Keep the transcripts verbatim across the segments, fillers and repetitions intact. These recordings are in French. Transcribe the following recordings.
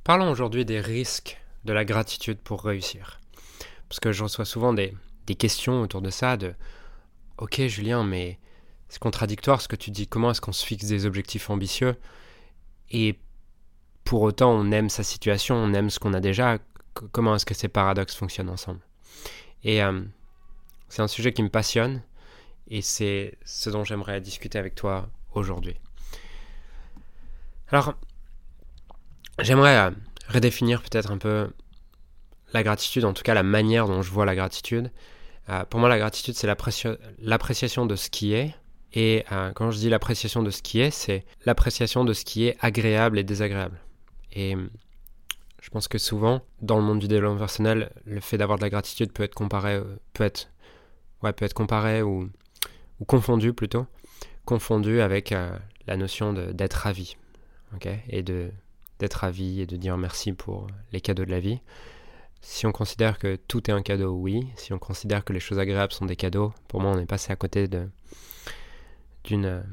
Parlons aujourd'hui des risques de la gratitude pour réussir. Parce que je reçois souvent des, des questions autour de ça, de « Ok Julien, mais c'est contradictoire ce que tu dis, comment est-ce qu'on se fixe des objectifs ambitieux et pour autant on aime sa situation, on aime ce qu'on a déjà, comment est-ce que ces paradoxes fonctionnent ensemble ?» Et euh, c'est un sujet qui me passionne et c'est ce dont j'aimerais discuter avec toi aujourd'hui. Alors, j'aimerais euh, redéfinir peut-être un peu la gratitude, en tout cas la manière dont je vois la gratitude. Euh, pour moi, la gratitude, c'est l'appréci- l'appréciation de ce qui est. Et euh, quand je dis l'appréciation de ce qui est, c'est l'appréciation de ce qui est agréable et désagréable. Et je pense que souvent, dans le monde du développement personnel, le fait d'avoir de la gratitude peut être comparé, peut être, ouais, peut être comparé ou, ou confondu plutôt, confondu avec euh, la notion de, d'être ravi, okay, et de d'être ravi et de dire merci pour les cadeaux de la vie. Si on considère que tout est un cadeau, oui. Si on considère que les choses agréables sont des cadeaux, pour moi, on est passé à côté de, d'une euh,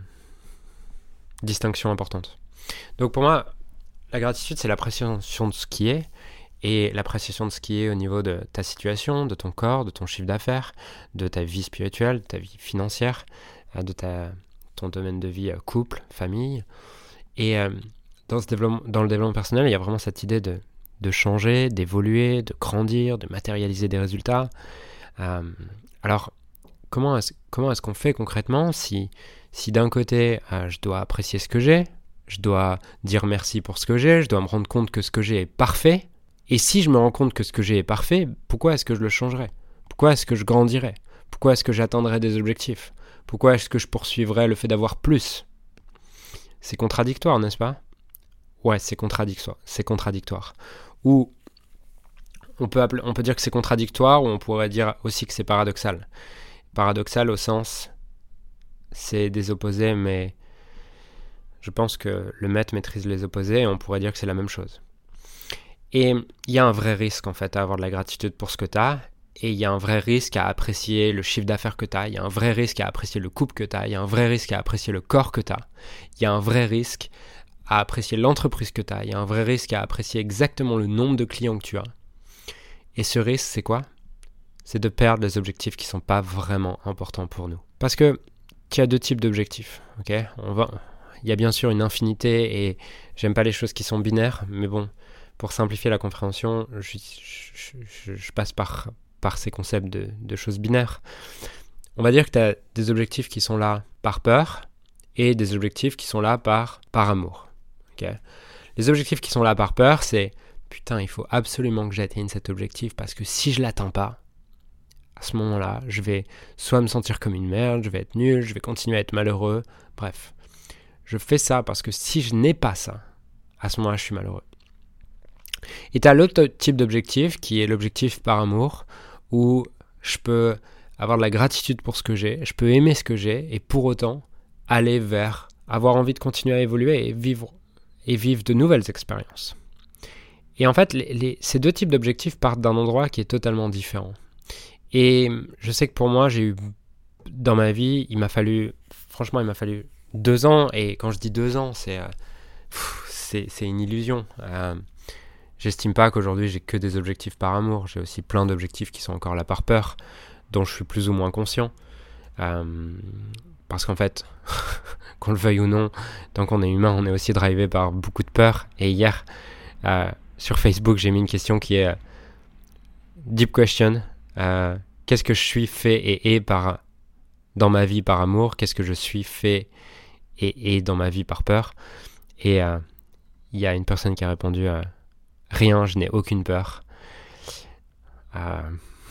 distinction importante. Donc pour moi, la gratitude, c'est l'appréciation de ce qui est, et l'appréciation de ce qui est au niveau de ta situation, de ton corps, de ton chiffre d'affaires, de ta vie spirituelle, de ta vie financière, de ta, ton domaine de vie couple, famille. Et euh, dans, ce développement, dans le développement personnel, il y a vraiment cette idée de, de changer, d'évoluer, de grandir, de matérialiser des résultats. Euh, alors, comment est-ce, comment est-ce qu'on fait concrètement si, si d'un côté, euh, je dois apprécier ce que j'ai, je dois dire merci pour ce que j'ai, je dois me rendre compte que ce que j'ai est parfait, et si je me rends compte que ce que j'ai est parfait, pourquoi est-ce que je le changerais ? Pourquoi est-ce que je grandirais ? Pourquoi est-ce que j'atteindrais des objectifs ? Pourquoi est-ce que je poursuivrais le fait d'avoir plus ? C'est contradictoire, n'est-ce pas ? Ouais, c'est contradictoire. C'est contradictoire. Ou on peut, appeler, on peut dire que c'est contradictoire, ou on pourrait dire aussi que c'est paradoxal. Paradoxal au sens, c'est des opposés, mais je pense que le maître maîtrise les opposés, et on pourrait dire que c'est la même chose. Et il y a un vrai risque, en fait, à avoir de la gratitude pour ce que tu as, et il y a un vrai risque à apprécier le chiffre d'affaires que tu as, il y a un vrai risque à apprécier le couple que tu as, il y a un vrai risque à apprécier le corps que tu as, il y a un vrai risque à apprécier l'entreprise que tu as, il y a un vrai risque à apprécier exactement le nombre de clients que tu as. Et ce risque, c'est quoi ? C'est de perdre les objectifs qui ne sont pas vraiment importants pour nous. Parce que tu as deux types d'objectifs, ok ? On va... Il y a bien sûr une infinité et j'aime pas les choses qui sont binaires, mais bon, pour simplifier la compréhension, je, je, je, je passe par, par ces concepts de, de choses binaires. On va dire que tu as des objectifs qui sont là par peur et des objectifs qui sont là par, par amour. Okay. Les objectifs qui sont là par peur, c'est « Putain, il faut absolument que j'atteigne cet objectif parce que si je ne l'atteins pas, à ce moment-là, je vais soit me sentir comme une merde, je vais être nul, je vais continuer à être malheureux. Bref, je fais ça parce que si je n'ai pas ça, à ce moment-là, je suis malheureux. » Et tu as l'autre type d'objectif qui est l'objectif par amour où je peux avoir de la gratitude pour ce que j'ai, je peux aimer ce que j'ai et pour autant aller vers avoir envie de continuer à évoluer et vivre, et vivre de nouvelles expériences. Et en fait, les, les, ces deux types d'objectifs partent d'un endroit qui est totalement différent. Et je sais que pour moi, j'ai eu dans ma vie, il m'a fallu, franchement, il m'a fallu deux ans. Et quand je dis deux ans, c'est, euh, pff, c'est, c'est une illusion. Euh, j'estime pas qu'aujourd'hui j'ai que des objectifs par amour. J'ai aussi plein d'objectifs qui sont encore là par peur, dont je suis plus ou moins conscient. Euh, parce qu'en fait, qu'on le veuille ou non, tant qu'on est humain, on est aussi drivé par beaucoup de peur. Et hier, euh, sur Facebook, j'ai mis une question qui est euh, deep question. Euh, qu'est-ce que je suis fait et est par, dans ma vie par amour ? Qu'est-ce que je suis fait et est dans ma vie par peur ? Et il euh, y a une personne qui a répondu euh, rien, je n'ai aucune peur. Euh...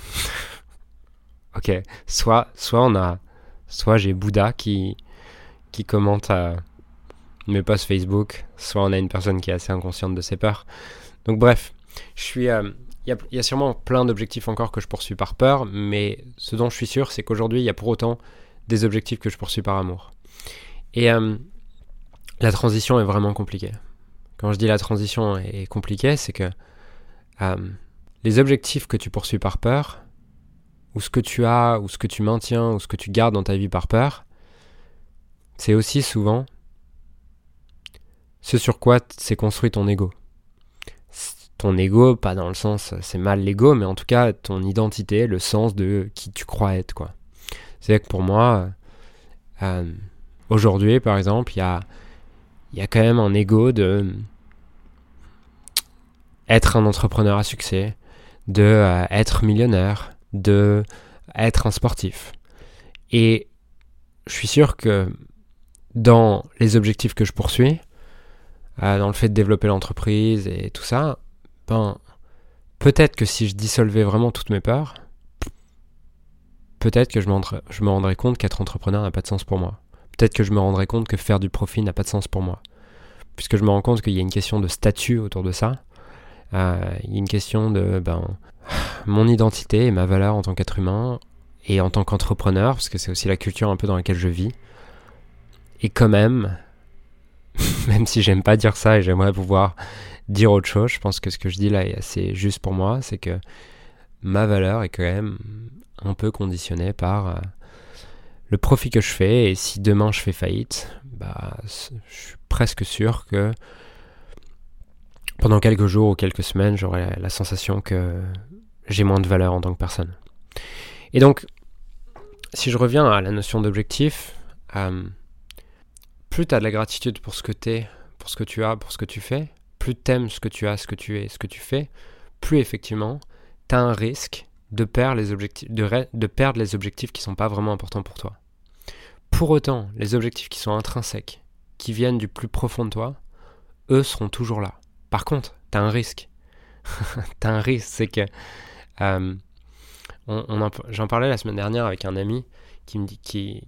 ok, soit, soit on a, soit j'ai Bouddha qui, qui commente à mes posts Facebook, soit on a une personne qui est assez inconsciente de ses peurs. Donc bref, je suis... Euh, Il y, a, il y a sûrement plein d'objectifs encore que je poursuis par peur, mais ce dont je suis sûr, c'est qu'aujourd'hui, il y a pour autant des objectifs que je poursuis par amour. Et euh, la transition est vraiment compliquée. Quand je dis la transition est compliquée, c'est que euh, les objectifs que tu poursuis par peur, ou ce que tu as, ou ce que tu maintiens, ou ce que tu gardes dans ta vie par peur, c'est aussi souvent ce sur quoi s'est construit ton ego. ton ego, pas dans le sens c'est mal l'ego, mais en tout cas ton identité, le sens de qui tu crois être, quoi. C'est que pour moi, euh, aujourd'hui par exemple, il y a, y a quand même un ego de être un entrepreneur à succès, de euh, être millionnaire, de être un sportif. Et je suis sûr que dans les objectifs que je poursuis, euh, dans le fait de développer l'entreprise et tout ça, ben, peut-être que si je dissolvais vraiment toutes mes peurs, peut-être que je, je me rendrais compte qu'être entrepreneur n'a pas de sens pour moi. Peut-être que je me rendrais compte que faire du profit n'a pas de sens pour moi. Puisque je me rends compte qu'il y a une question de statut autour de ça. Euh, il y a une question de ben, mon identité et ma valeur en tant qu'être humain et en tant qu'entrepreneur, parce que c'est aussi la culture un peu dans laquelle je vis. Et quand même, même si j'aime pas dire ça et j'aimerais pouvoir dire autre chose, je pense que ce que je dis là est assez juste pour moi, c'est que ma valeur est quand même un peu conditionnée par euh, le profit que je fais, et si demain je fais faillite, bah, je suis presque sûr que pendant quelques jours ou quelques semaines, j'aurai la sensation que j'ai moins de valeur en tant que personne. Et donc, si je reviens à la notion d'objectif, euh, plus tu as de la gratitude pour ce que tu es, pour ce que tu as, pour ce que tu fais, plus tu aimes ce que tu as, ce que tu es, ce que tu fais, plus effectivement, tu as un risque de perdre les objectifs, de, ré, de perdre les objectifs qui ne sont pas vraiment importants pour toi. Pour autant, les objectifs qui sont intrinsèques, qui viennent du plus profond de toi, eux seront toujours là. Par contre, tu as un risque. tu as un risque, c'est que... Euh, on, on en, j'en parlais la semaine dernière avec un ami qui me dit... Qui,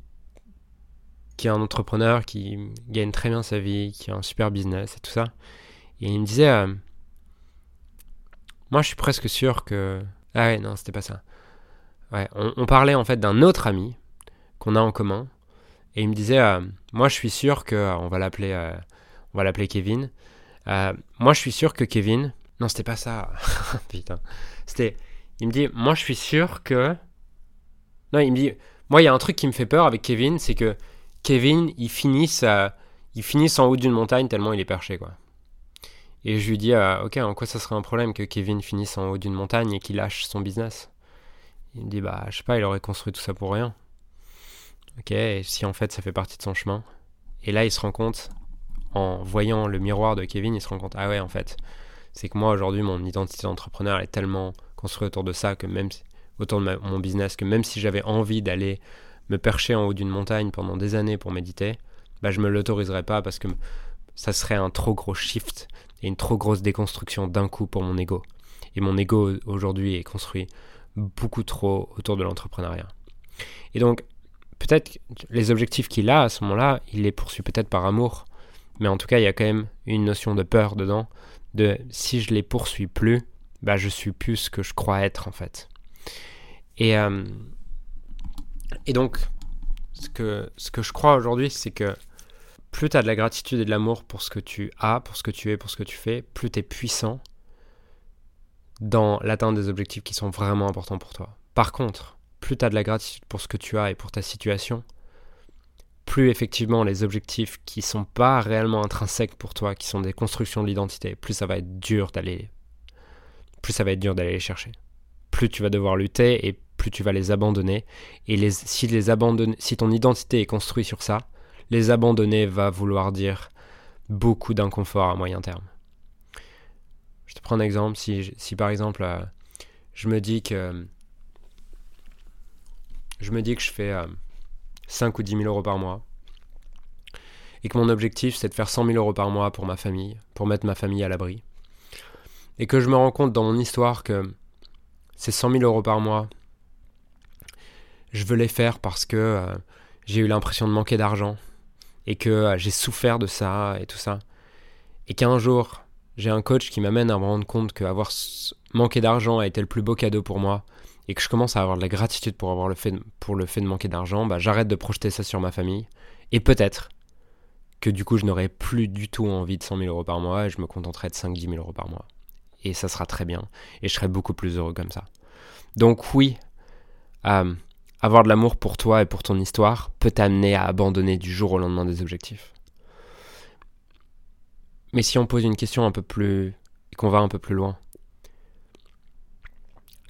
qui est un entrepreneur, qui gagne très bien sa vie, qui a un super business et tout ça. Et il me disait... Euh, moi, je suis presque sûr que... Ah ouais, non, c'était pas ça. Ouais, on, on parlait en fait d'un autre ami qu'on a en commun. Et il me disait... Euh, moi, je suis sûr que... Euh, on va l'appeler... Euh, on va l'appeler Kevin. Euh, moi, je suis sûr que Kevin... Non, c'était pas ça. Putain. C'était... Il me dit... Moi, je suis sûr que... Non, il me dit... Moi, il y a un truc qui me fait peur avec Kevin, c'est que Kevin, il finisse, euh, il finisse en haut d'une montagne tellement il est perché, quoi. Et je lui dis, euh, ok, en quoi ça serait un problème que Kevin finisse en haut d'une montagne et qu'il lâche son business? Il me dit, bah, je sais pas, il aurait construit tout ça pour rien. Ok, et si en fait ça fait partie de son chemin. Et là, il se rend compte, en voyant le miroir de Kevin, il se rend compte, ah ouais, en fait, c'est que moi, aujourd'hui, mon identité d'entrepreneur est tellement construite autour de ça, que même si, autour de ma, mon business, que même si j'avais envie d'aller me percher en haut d'une montagne pendant des années pour méditer, bah je me l'autoriserais pas parce que ça serait un trop gros shift et une trop grosse déconstruction d'un coup pour mon ego. Et mon ego aujourd'hui est construit beaucoup trop autour de l'entrepreneuriat. Et donc, peut-être les objectifs qu'il a à ce moment-là, il les poursuit peut-être par amour, mais en tout cas, il y a quand même une notion de peur dedans, de si je les poursuis plus, bah je suis plus ce que je crois être en fait. Et... Euh, Et donc, ce que, ce que je crois aujourd'hui, c'est que plus tu as de la gratitude et de l'amour pour ce que tu as, pour ce que tu es, pour ce que tu fais, plus tu es puissant dans l'atteinte des objectifs qui sont vraiment importants pour toi. Par contre, plus tu as de la gratitude pour ce que tu as et pour ta situation, plus effectivement les objectifs qui ne sont pas réellement intrinsèques pour toi, qui sont des constructions de l'identité, plus ça va être dur d'aller, plus ça va être dur d'aller les chercher. Plus tu vas devoir lutter et plus tu vas les abandonner. Et les, si, les abandonner, si ton identité est construite sur ça, les abandonner va vouloir dire beaucoup d'inconfort à moyen terme. Je te prends un exemple. Si, si par exemple, euh, je me dis que je me dis que je fais euh, cinq ou dix mille euros par mois et que mon objectif, c'est de faire cent mille euros par mois pour ma famille, pour mettre ma famille à l'abri, et que je me rends compte dans mon histoire que ces cent mille euros par mois, je veux les faire parce que euh, j'ai eu l'impression de manquer d'argent et que euh, j'ai souffert de ça et tout ça. Et qu'un jour, j'ai un coach qui m'amène à me rendre compte qu'avoir manqué d'argent a été le plus beau cadeau pour moi et que je commence à avoir de la gratitude pour, avoir le, fait de, pour le fait de manquer d'argent, bah, j'arrête de projeter ça sur ma famille. Et peut-être que du coup, je n'aurai plus du tout envie de cent mille euros par mois et je me contenterai de cinq à dix mille euros par mois. Et ça sera très bien. Et je serai beaucoup plus heureux comme ça. Donc oui, euh, avoir de l'amour pour toi et pour ton histoire peut t'amener à abandonner du jour au lendemain des objectifs. Mais si on pose une question un peu plus... et qu'on va un peu plus loin,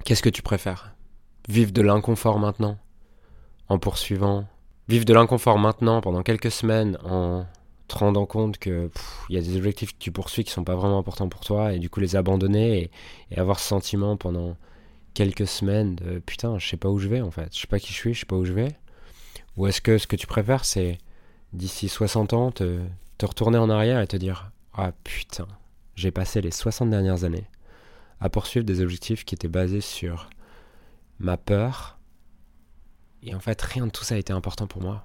Qu'est-ce que tu préfères ? Vivre de l'inconfort maintenant, en poursuivant. Vivre de l'inconfort maintenant pendant quelques semaines en te rendant compte que il y a des objectifs que tu poursuis qui sont pas vraiment importants pour toi et du coup les abandonner et, et avoir ce sentiment pendant quelques semaines de putain, je sais pas où je vais en fait, je sais pas qui je suis, je sais pas où je vais. Ou est-ce que ce que tu préfères c'est d'ici soixante ans te, te retourner en arrière et te dire ah putain, j'ai passé les soixante dernières années à poursuivre des objectifs qui étaient basés sur ma peur. Et en fait, rien de tout ça a été important pour moi.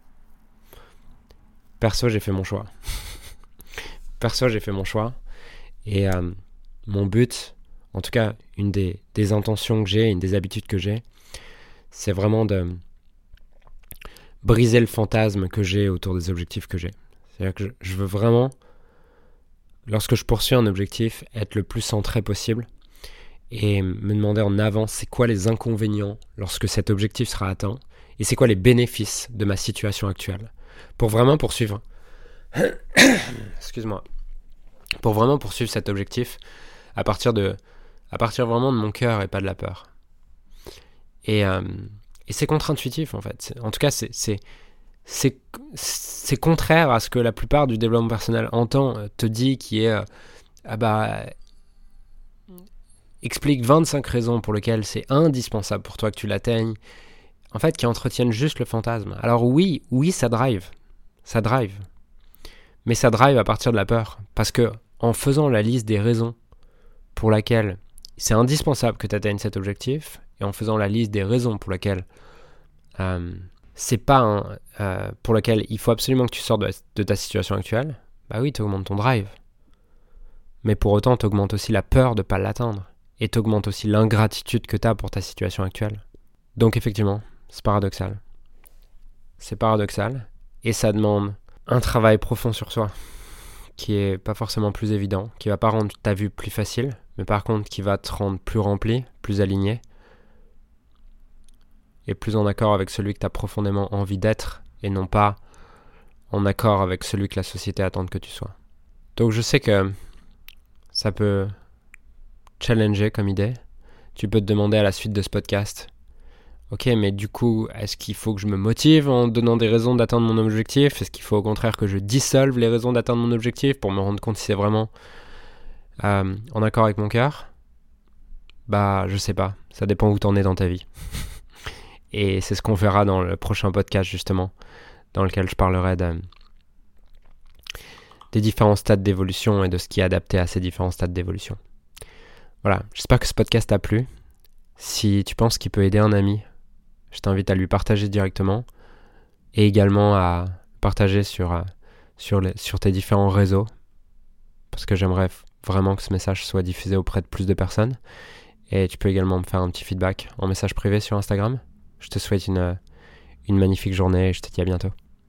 Perso, j'ai fait mon choix. Perso, j'ai fait mon choix. Et euh, mon but, en tout cas, une des, des intentions que j'ai, une des habitudes que j'ai, c'est vraiment de briser le fantasme que j'ai autour des objectifs que j'ai. C'est-à-dire que je, je veux vraiment, lorsque je poursuis un objectif, être le plus centré possible et me demander en avance c'est quoi les inconvénients lorsque cet objectif sera atteint et c'est quoi les bénéfices de ma situation actuelle pour vraiment poursuivre excuse-moi pour vraiment poursuivre cet objectif à partir de à partir vraiment de mon cœur et pas de la peur et, euh, et c'est contre-intuitif en fait, en tout cas c'est, c'est, c'est, c'est contraire à ce que la plupart du développement personnel entend, te dit qui est euh, ah bah explique vingt-cinq raisons pour lesquelles c'est indispensable pour toi que tu l'atteignes, en fait, qui entretiennent juste le fantasme. Alors oui, oui, ça drive. Ça drive. Mais ça drive à partir de la peur. Parce que en faisant la liste des raisons pour lesquelles c'est indispensable que tu atteignes cet objectif, et en faisant la liste des raisons pour lesquelles euh, c'est pas un, euh, pour lesquelles il faut absolument que tu sortes de, de ta situation actuelle, bah oui, tu augmentes ton drive. Mais pour autant, tu augmentes aussi la peur de ne pas l'atteindre. Et t'augmentes aussi l'ingratitude que t'as pour ta situation actuelle. Donc effectivement, c'est paradoxal. C'est paradoxal, et ça demande un travail profond sur soi, qui est pas forcément plus évident, qui va pas rendre ta vie plus facile, mais par contre qui va te rendre plus rempli, plus aligné, et plus en accord avec celui que t'as profondément envie d'être, et non pas en accord avec celui que la société attend que tu sois. Donc je sais que ça peut challenger comme idée. Tu peux te demander à la suite de ce podcast, ok, mais du coup, est-ce qu'il faut que je me motive en donnant des raisons d'atteindre mon objectif ? Est-ce qu'il faut au contraire que je dissolve les raisons d'atteindre mon objectif pour me rendre compte si c'est vraiment euh, en accord avec mon cœur ? Bah, je sais pas. Ça dépend où t'en es dans ta vie. Et c'est ce qu'on verra dans le prochain podcast, justement, dans lequel je parlerai de, des différents stades d'évolution et de ce qui est adapté à ces différents stades d'évolution. Voilà, j'espère que ce podcast t'a plu. Si tu penses qu'il peut aider un ami, je t'invite à lui partager directement et également à partager sur, sur, les, sur tes différents réseaux parce que j'aimerais vraiment que ce message soit diffusé auprès de plus de personnes. Et tu peux également me faire un petit feedback en message privé sur Instagram. Je te souhaite une, une magnifique journée et je te dis à bientôt.